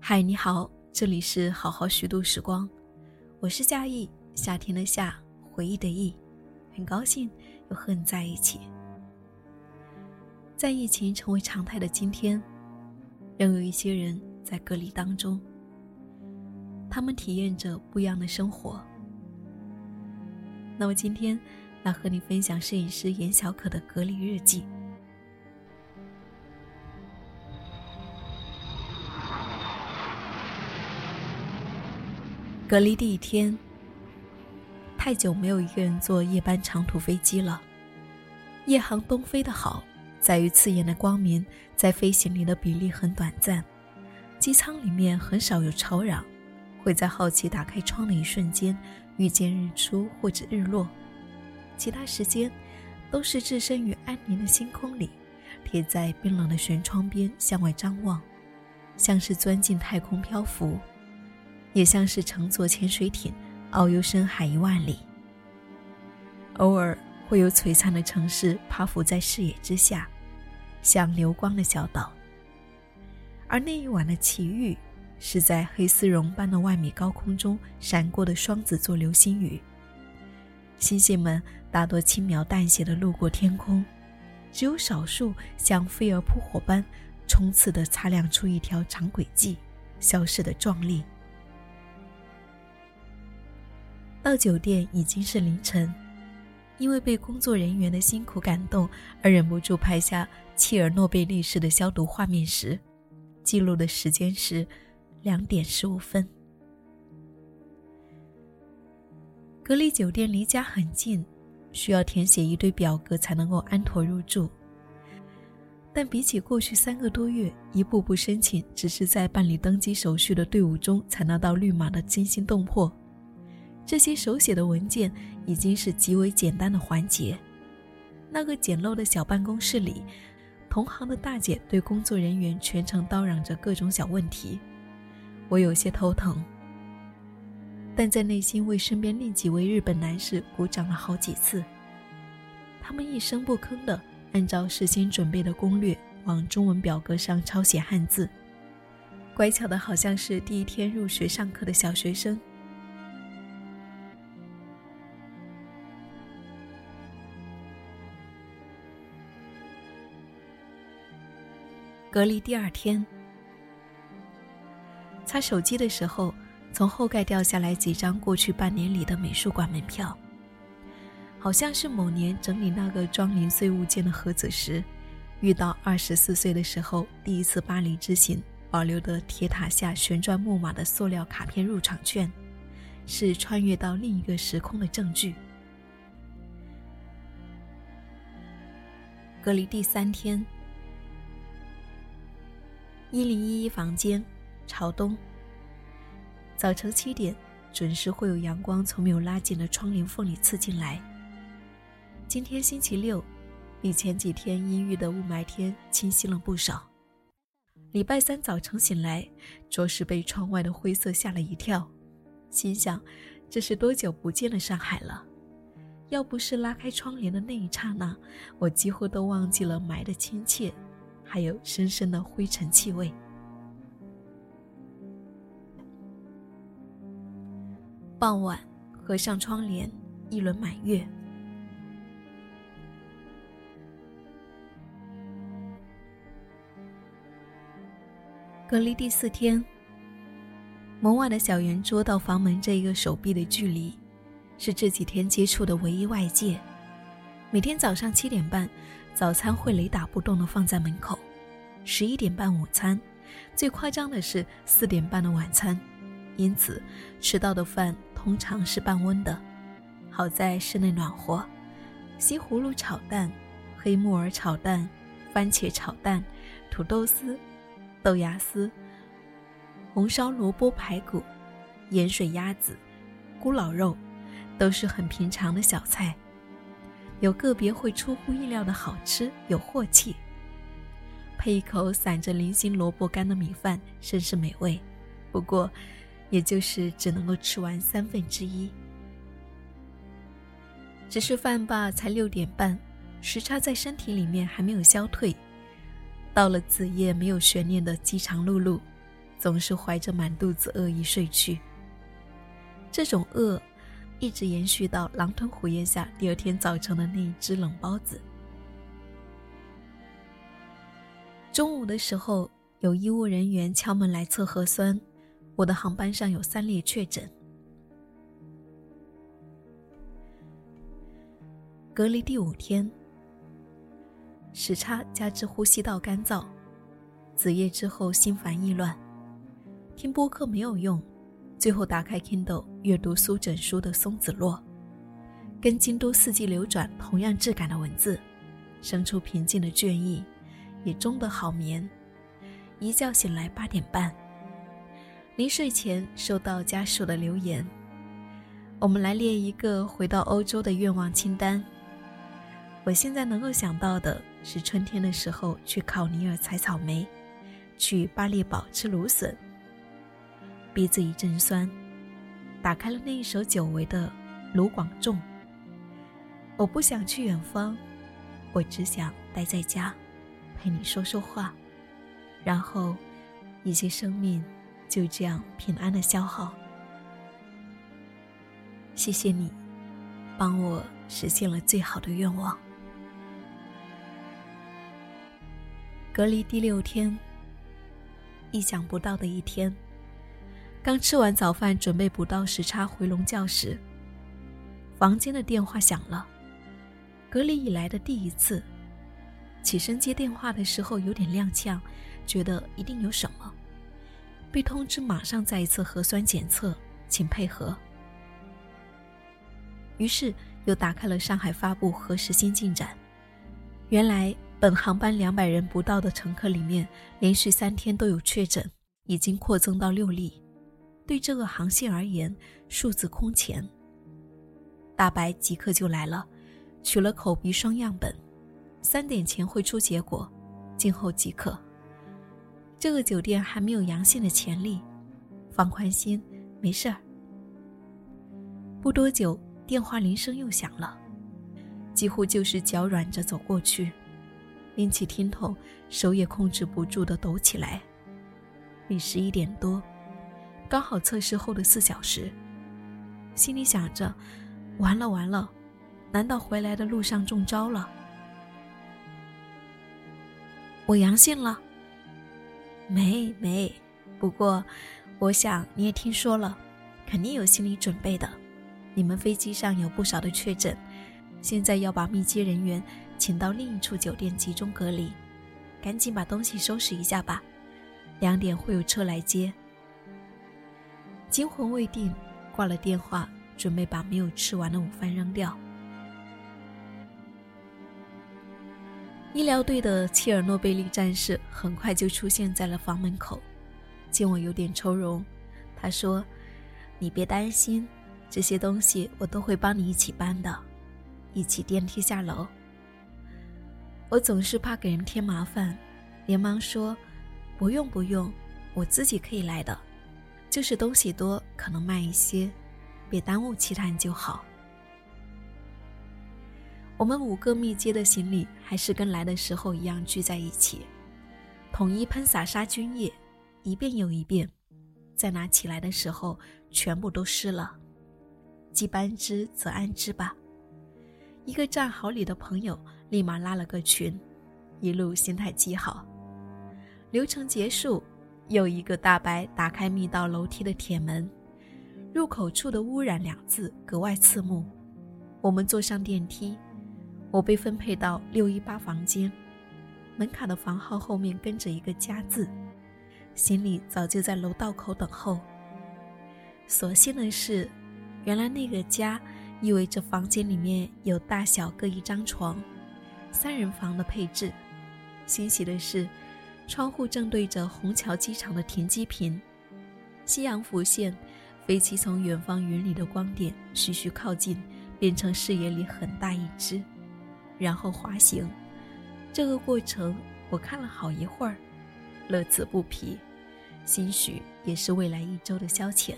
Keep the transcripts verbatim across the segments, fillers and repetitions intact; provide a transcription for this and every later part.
嗨，你好，这里是好好虚度时光，我是夏意，夏天的夏，回忆的忆，很高兴又和你在一起。在疫情成为常态的今天，仍有一些人在隔离当中，他们体验着不一样的生活。那么今天来和你分享摄影师严小可的隔离日记。隔离第一天，太久没有一个人坐夜班长途飞机了。夜航东飞的好在于刺眼的光明在飞行里的比例很短暂，机舱里面很少有吵嚷，会在好奇打开窗的一瞬间遇见日出或者日落，其他时间都是置身于安宁的星空里，贴在冰冷的舷窗边向外张望，像是钻进太空漂浮，也像是乘坐潜水艇遨游深海一万里。偶尔会有璀璨的城市趴伏在视野之下，像流光的小岛。而那一晚的奇遇是在黑丝绒般的万米高空中闪过的双子座流星雨，星星们大多轻描淡写地路过天空，只有少数像飞蛾扑火般冲刺地擦亮出一条长轨迹，消失的壮丽。到酒店已经是凌晨，因为被工作人员的辛苦感动而忍不住拍下切尔诺贝利式的消毒画面时，记录的时间是两点十五分。隔离酒店离家很近，需要填写一堆表格才能够安妥入住。但比起过去三个多月一步步申请只是在办理登机手续的队伍中才拿到绿码的惊心动魄，这些手写的文件已经是极为简单的环节。那个简陋的小办公室里，同行的大姐对工作人员全程叨嚷着各种小问题，我有些头疼，但在内心为身边另几位日本男士鼓掌了好几次。他们一声不吭地按照事先准备的攻略往中文表格上抄写汉字，乖巧的好像是第一天入学上课的小学生。隔离第二天，擦手机的时候，从后盖掉下来几张过去半年里的美术馆门票，好像是某年整理那个装零碎物件的盒子时，遇到二十四岁的时候第一次巴黎之行保留的铁塔下旋转木马的塑料卡片入场券，是穿越到另一个时空的证据。隔离第三天，一零一一房间，朝东。早晨七点，准时会有阳光从没有拉紧的窗帘缝里刺进来。今天星期六，比前几天阴郁的雾霾天清晰了不少。礼拜三早晨醒来，着实被窗外的灰色吓了一跳，心想这是多久不见的上海了。要不是拉开窗帘的那一刹那，我几乎都忘记了霾的亲切，还有深深的灰尘气味。傍晚，合上窗帘，一轮满月。隔离第四天，门外的小圆桌到房门这一个手臂的距离，是这几天接触的唯一外界。每天早上七点半，早餐会雷打不动地放在门口，十一点半午餐，最夸张的是四点半的晚餐，因此吃到的饭通常是半温的。好在室内暖和，西葫芦炒蛋、黑木耳炒蛋、番茄炒蛋、土豆丝、豆芽丝、红烧萝卜排骨、盐水鸭子、咕老肉，都是很平常的小菜，有个别会出乎意料的好吃，有镬气。配一口散着零星萝卜干的米饭，甚是美味，不过也就是只能够吃完三分之一。只是饭吧才六点半，时差在身体里面还没有消退。到了子夜没有悬念的饥肠辘辘， 总是怀着满肚子饿意睡去。这种饿一直延续到狼吞虎咽下第二天早晨的那一只冷包子。中午的时候，有医务人员敲门来测核酸，我的航班上有三例确诊。隔离第五天，时差加之呼吸道干燥，子夜之后心烦意乱，听播客没有用，最后打开 Kindle 阅读苏枕书的松子落，跟京都四季流转同样质感的文字，生出平静的倦意，也终得好眠。一觉醒来八点半，临睡前收到家属的留言，我们来列一个回到欧洲的愿望清单。我现在能够想到的是春天的时候去考尼尔采草莓，去巴列堡吃芦笋。鼻子一阵酸，打开了那一首久违的卢广仲。我不想去远方，我只想待在家，陪你说说话，然后一些生命就这样平安的消耗。谢谢你帮我实现了最好的愿望。隔离第六天，意想不到的一天，刚吃完早饭准备补到时差回笼觉时，房间的电话响了，隔离以来的第一次。起身接电话的时候有点踉跄，觉得一定有什么，被通知马上再一次核酸检测，请配合。于是又打开了上海发布核实新进展，原来本航班两百人不到的乘客里面，连续三天都有确诊，已经扩增到六例。对这个航线而言，数字空前。大白即刻就来了，取了口鼻双样本，三点前会出结果，今后即可。这个酒店还没有阳性的潜力，放宽心，没事儿。不多久，电话铃声又响了，几乎就是脚软着走过去，拎起听筒，手也控制不住地抖起来。离十一点多，刚好测试后的四小时，心里想着，完了完了，难道回来的路上中招了？我阳性了？没没，不过我想你也听说了，肯定有心理准备的。你们飞机上有不少的确诊，现在要把密接人员请到另一处酒店集中隔离，赶紧把东西收拾一下吧，两点会有车来接。惊魂未定，挂了电话，准备把没有吃完的午饭扔掉。医疗队的切尔诺贝利战士很快就出现在了房门口，见我有点愁容，他说，你别担心，这些东西我都会帮你一起搬的，一起电梯下楼。我总是怕给人添麻烦，连忙说，不用不用，我自己可以来的，就是东西多，可能慢一些，别耽误其他人就好。我们五个密接的行李还是跟来的时候一样聚在一起，统一喷洒杀菌液，一遍又一遍，再拿起来的时候全部都湿了。既搬之则安之吧。一个站好里的朋友立马拉了个群，一路心态极好。流程结束，又一个大白打开密道楼梯的铁门，入口处的污染两字格外刺目。我们坐上电梯，我被分配到六一八房间，门卡的房号后面跟着一个加字，行李早就在楼道口等候。所幸的是，原来那个家意味着房间里面有大小各一张床，三人房的配置。欣喜的是，窗户正对着虹桥机场的停机坪，夕阳浮现，飞机从远方云里的光点徐徐靠近，变成视野里很大一只，然后滑行。这个过程我看了好一会儿，乐此不疲，兴许也是未来一周的消遣。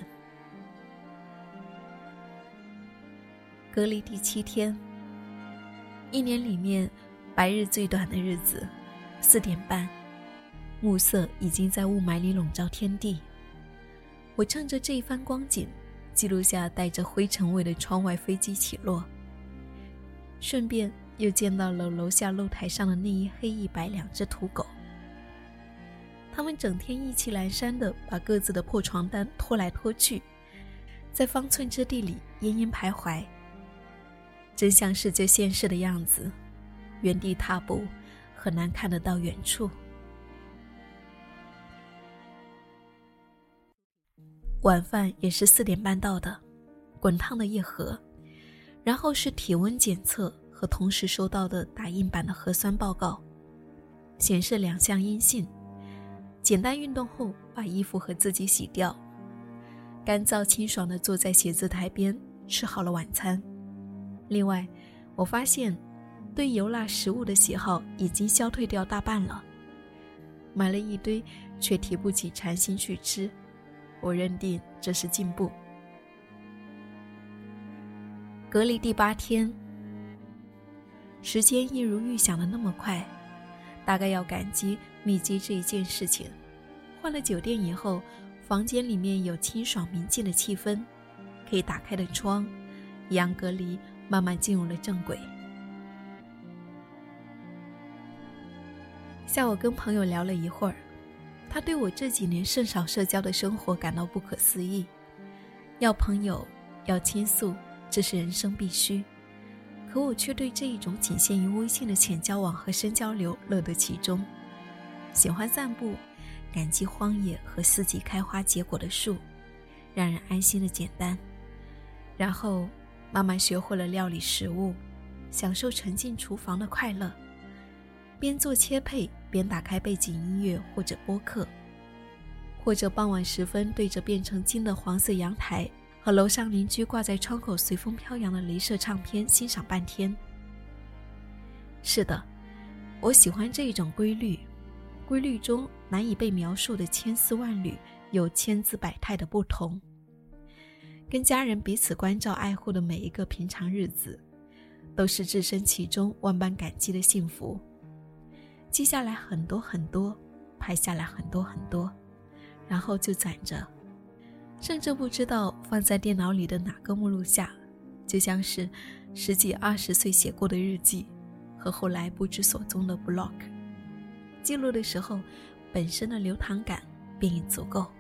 隔离第七天，一年里面白日最短的日子，四点半， 暮色已经在雾霾里笼罩天地。我趁着这一番光景，记录下带着灰尘味的窗外飞机起落，顺便又见到了楼下露台上的那一黑一白两只土狗。他们整天意气阑珊地把各自的破床单拖来拖去，在方寸之地里奄奄徘徊，真像是这现世的样子，原地踏步，很难看得到远处。晚饭也是四点半到的，滚烫的一盒，然后是体温检测和同时收到的打印版的核酸报告，显示两项阴性。简单运动后，把衣服和自己洗掉，干燥清爽地坐在写字台边吃好了晚餐。另外，我发现对油辣食物的喜好已经消退掉大半了，买了一堆却提不起馋心去吃，我认定这是进步。隔离第八天，时间一如预想的那么快，大概要感激密集这一件事情。换了酒店以后，房间里面有清爽明净的气氛，可以打开的窗，一样隔离慢慢进入了正轨。下午跟朋友聊了一会儿，他对我这几年甚少社交的生活感到不可思议。要朋友，要倾诉，这是人生必须，可我却对这一种仅限于微信的浅交往和深交流乐得其中。喜欢散步，感激荒野和四季开花结果的树，让人安心的简单。然后慢慢学会了料理食物，享受沉浸厨房的快乐，边做切配边打开背景音乐或者播客，或者傍晚时分对着变成金的黄色阳台和楼上邻居挂在窗口随风飘扬的镭射唱片欣赏半天。是的，我喜欢这一种规律，规律中难以被描述的千丝万缕，有千姿百态的不同。跟家人彼此关照爱护的每一个平常日子，都是置身其中万般感激的幸福。记下来很多很多，拍下来很多很多，然后就攒着，甚至不知道放在电脑里的哪个目录下，就像是十几二十岁写过的日记和后来不知所踪的 blog， 记录的时候本身的流淌感便已足够。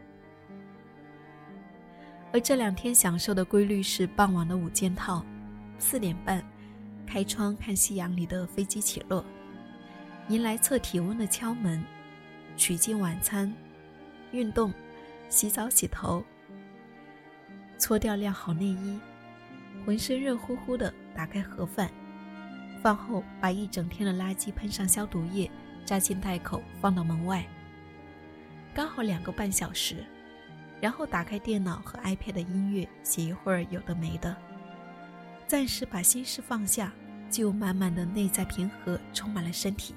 而这两天享受的规律是傍晚的五件套，四点半开窗看夕阳里的飞机起落，迎来测体温的敲门，取进晚餐，运动，洗澡洗头，搓掉晾好内衣，浑身热乎乎的打开盒饭，饭后把一整天的垃圾喷上消毒液，扎进袋口放到门外，刚好两个半小时，然后打开电脑和 iPad 的音乐，写一会儿有的没的，暂时把心事放下，就满满的内在平和充满了身体。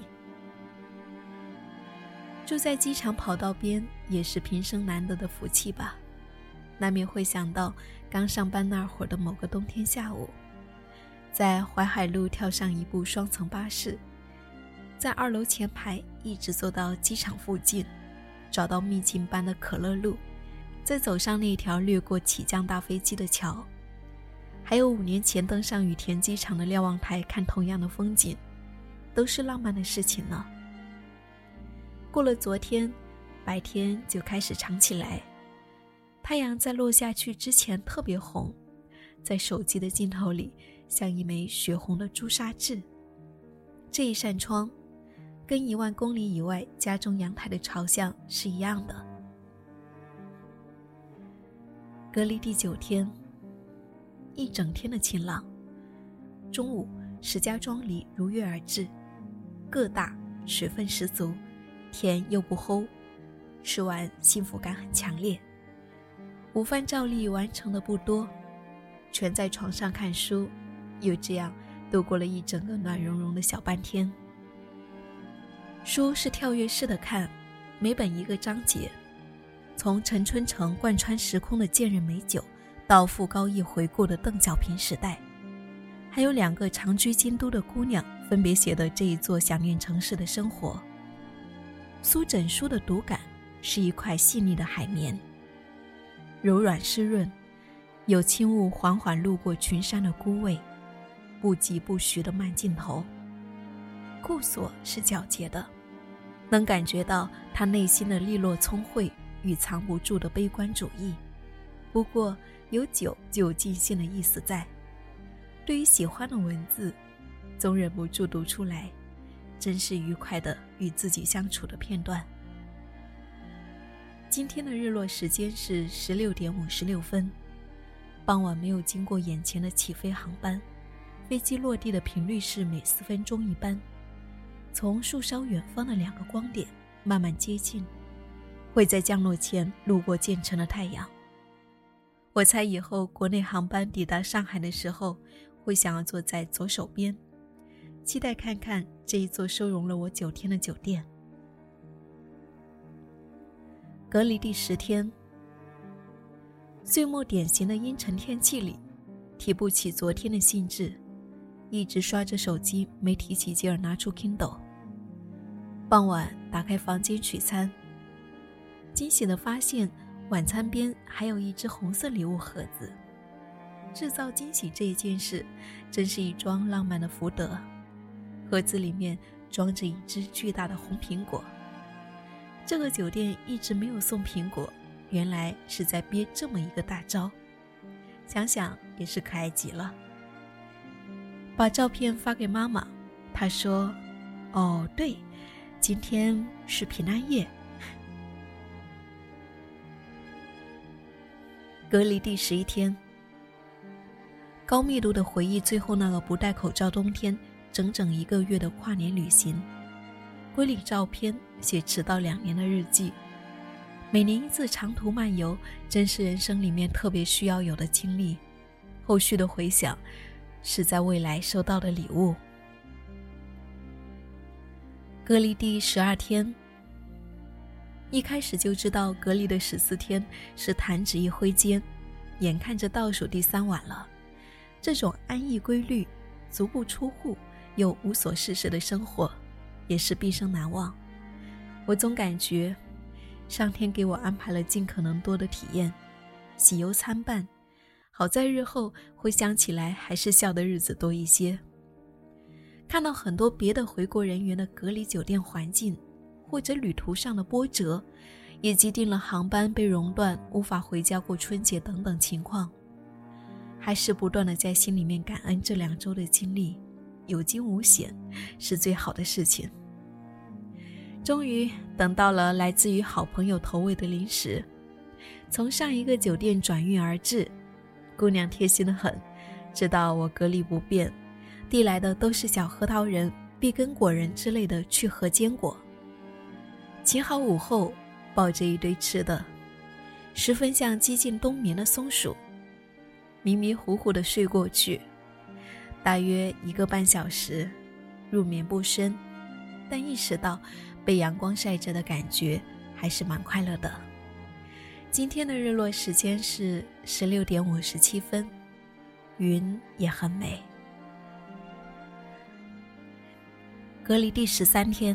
住在机场跑道边也是平生难得的福气吧，难免会想到刚上班那会儿的某个冬天下午，在淮海路跳上一部双层巴士，在二楼前排一直坐到机场附近，找到秘境般的可乐路，再走上那条掠过起降大飞机的桥，还有五年前登上羽田机场的瞭望台看同样的风景，都是浪漫的事情呢。过了昨天，白天就开始长起来，太阳在落下去之前特别红，在手机的镜头里像一枚血红的朱砂痣。这一扇窗跟一万公里以外家中阳台的朝向是一样的。隔离第九天，一整天的晴朗。中午石家庄里如约而至，个大，水分十足，甜又不齁，吃完幸福感很强烈。午饭照例完成的不多，全在床上看书，又这样度过了一整个暖融融的小半天。书是跳跃式的看，每本一个章节，从陈春成贯穿时空的剑刃美酒，到傅高义回顾的邓小平时代，还有两个长居京都的姑娘分别写的这一座想念城市的生活。 苏枕书的读感是一块细腻的海绵，柔软湿润，有轻雾缓缓路过群山的孤味，不疾不徐的慢镜头。顾索是皎洁的，能感觉到他内心的利落聪慧与藏不住的悲观主义，不过有久就有尽兴的意思在。对于喜欢的文字，总忍不住读出来，真是愉快的与自己相处的片段。今天的日落时间是十六点五十六分，傍晚没有经过眼前的起飞航班，飞机落地的频率是每四分钟一班，从树梢远方的两个光点慢慢接近，会在降落前路过渐沉的太阳。我猜以后国内航班抵达上海的时候，会想要坐在左手边，期待看看这一座收容了我九天的酒店。隔离第十天，岁末典型的阴沉天气里，提不起昨天的兴致，一直刷着手机，没提起劲儿拿出 Kindle。 傍晚打开房间取餐，惊喜地发现晚餐边还有一只红色礼物盒子。制造惊喜这一件事真是一桩浪漫的福德。盒子里面装着一只巨大的红苹果，这个酒店一直没有送苹果，原来是在憋这么一个大招，想想也是可爱极了。把照片发给妈妈，她说：哦对，今天是平安夜。隔离第十一天，高密度的回忆最后那个不戴口罩冬天整整一个月的跨年旅行，归理照片，写迟到两年的日记。每年一次长途漫游，真是人生里面特别需要有的经历。后续的回想，是在未来收到的礼物。隔离第十二天，一开始就知道隔离的十四天是弹指一挥间，眼看着倒数第三晚了。这种安逸规律、足不出户又无所事事的生活，也是毕生难忘。我总感觉上天给我安排了尽可能多的体验，喜忧参半，好在日后回想起来还是笑的日子多一些。看到很多别的回国人员的隔离酒店环境，或者旅途上的波折，也既定了航班被熔断无法回家过春节等等情况，还是不断的在心里面感恩这两周的经历，有惊无险是最好的事情。终于等到了来自于好朋友投喂的零食，从上一个酒店转运而至，姑娘贴心得很，知道我隔离不便，递来的都是小核桃仁、碧根果仁之类的去核坚果。秦好午后抱着一堆吃的，十分像几近冬眠的松鼠，迷迷糊糊地睡过去，大约一个半小时，入眠不深，但意识到被阳光晒着的感觉还是蛮快乐的。今天的日落时间是十六点五十七分，云也很美。隔离第十三天，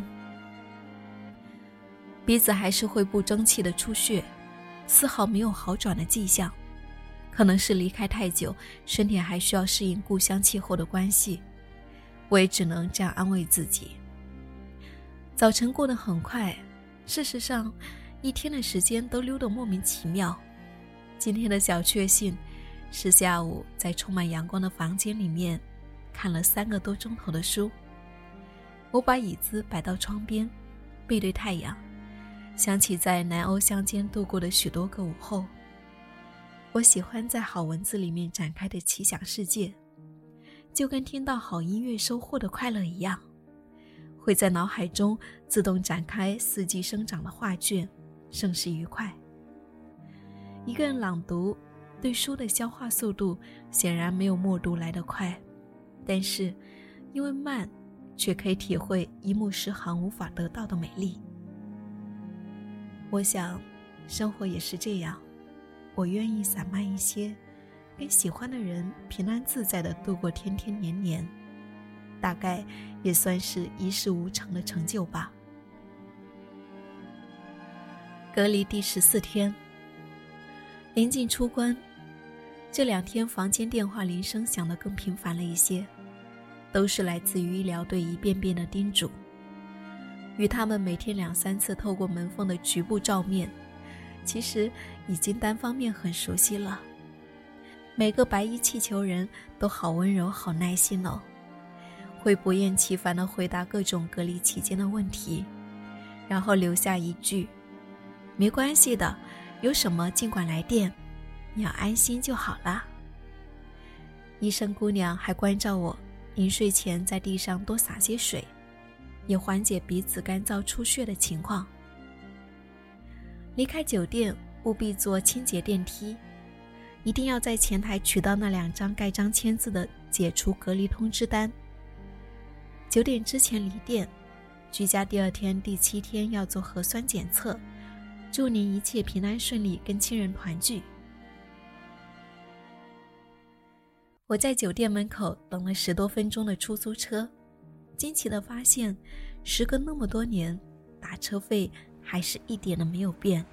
鼻子还是会不争气的出血，丝毫没有好转的迹象，可能是离开太久，身体还需要适应故乡气候的关系，我也只能这样安慰自己。早晨过得很快，事实上一天的时间都溜得莫名其妙。今天的小确幸是下午在充满阳光的房间里面看了三个多钟头的书。我把椅子摆到窗边，背对太阳，想起在南欧乡间度过的许多个午后。我喜欢在好文字里面展开的奇想世界，就跟听到好音乐收获的快乐一样，会在脑海中自动展开四季生长的画卷，甚是愉快。一个人朗读，对书的消化速度显然没有默读来得快，但是因为慢，却可以体会一目十行无法得到的美丽。我想生活也是这样，我愿意散漫一些，跟喜欢的人平安自在地度过天天年年，大概也算是一事无成的成就吧。 隔离第十四天，临近出关，这两天房间电话铃声响得更频繁了一些，都是来自于医疗队一遍遍的叮嘱。与他们每天两三次透过门缝的局部照面，其实已经单方面很熟悉了。每个白衣气球人都好温柔好耐心哦，会不厌其烦地回答各种隔离期间的问题，然后留下一句：没关系的，有什么尽管来电，你要安心就好啦。医生姑娘还关照我，临睡前在地上多洒些水，也缓解鼻子干燥出血的情况。离开酒店务必坐清洁电梯，一定要在前台取到那两张盖章签字的解除隔离通知单。九点之前离店，居家第二天第七天要做核酸检测，祝您一切平安顺利，跟亲人团聚。我在酒店门口等了十多分钟的出租车，惊奇地发现，时隔那么多年，打车费还是一点都没有变。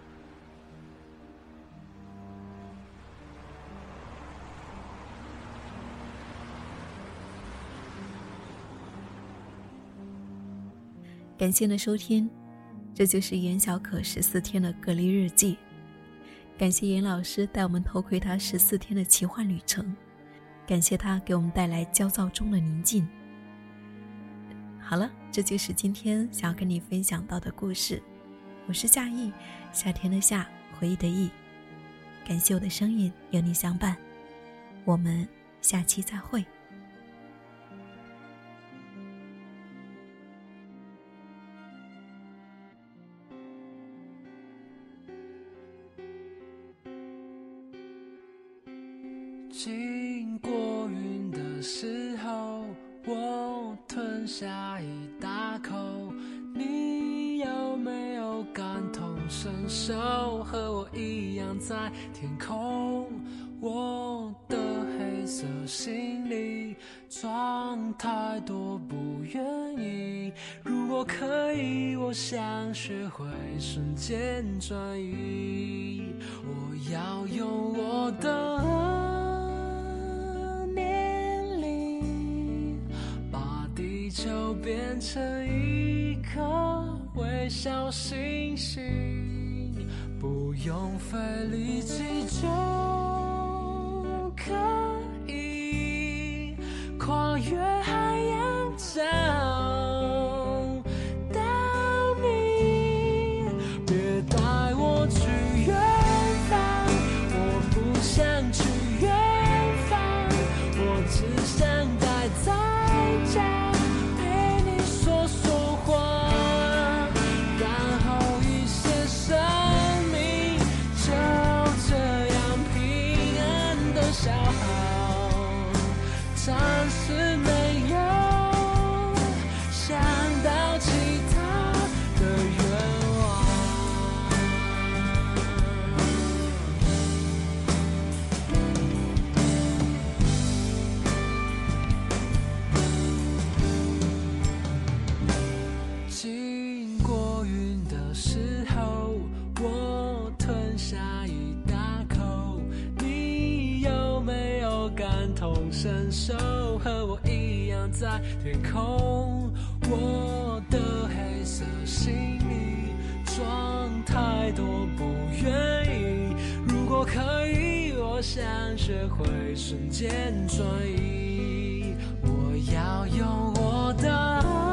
感谢你的收听，这就是严小可十四天的隔离日记。感谢严老师带我们偷窥他十四天的奇幻旅程，感谢他给我们带来焦躁中的宁静。好了，这就是今天想要跟你分享到的故事。我是夏意，夏天的夏，回忆的忆。感谢我的声音有你相伴，我们下期再会。 经过云的时候，我吞下一大口，你有没有感同身受？和我一样在天空，我的黑色行李装太多不愿意，如果可以，我想学会瞬间转移，我要用我的就变成一颗微笑星星，不用费力气就可以跨越海洋找到你。别带我去远方，我不想去远方，我只想待在家。暂时没有想到其他的愿望，经过云的时候，我吞下一大口，你有没有感同身受？和我一样在天空，我的黑色行李装太多不愿意，如果可以，我想学会瞬间转移，我要用我的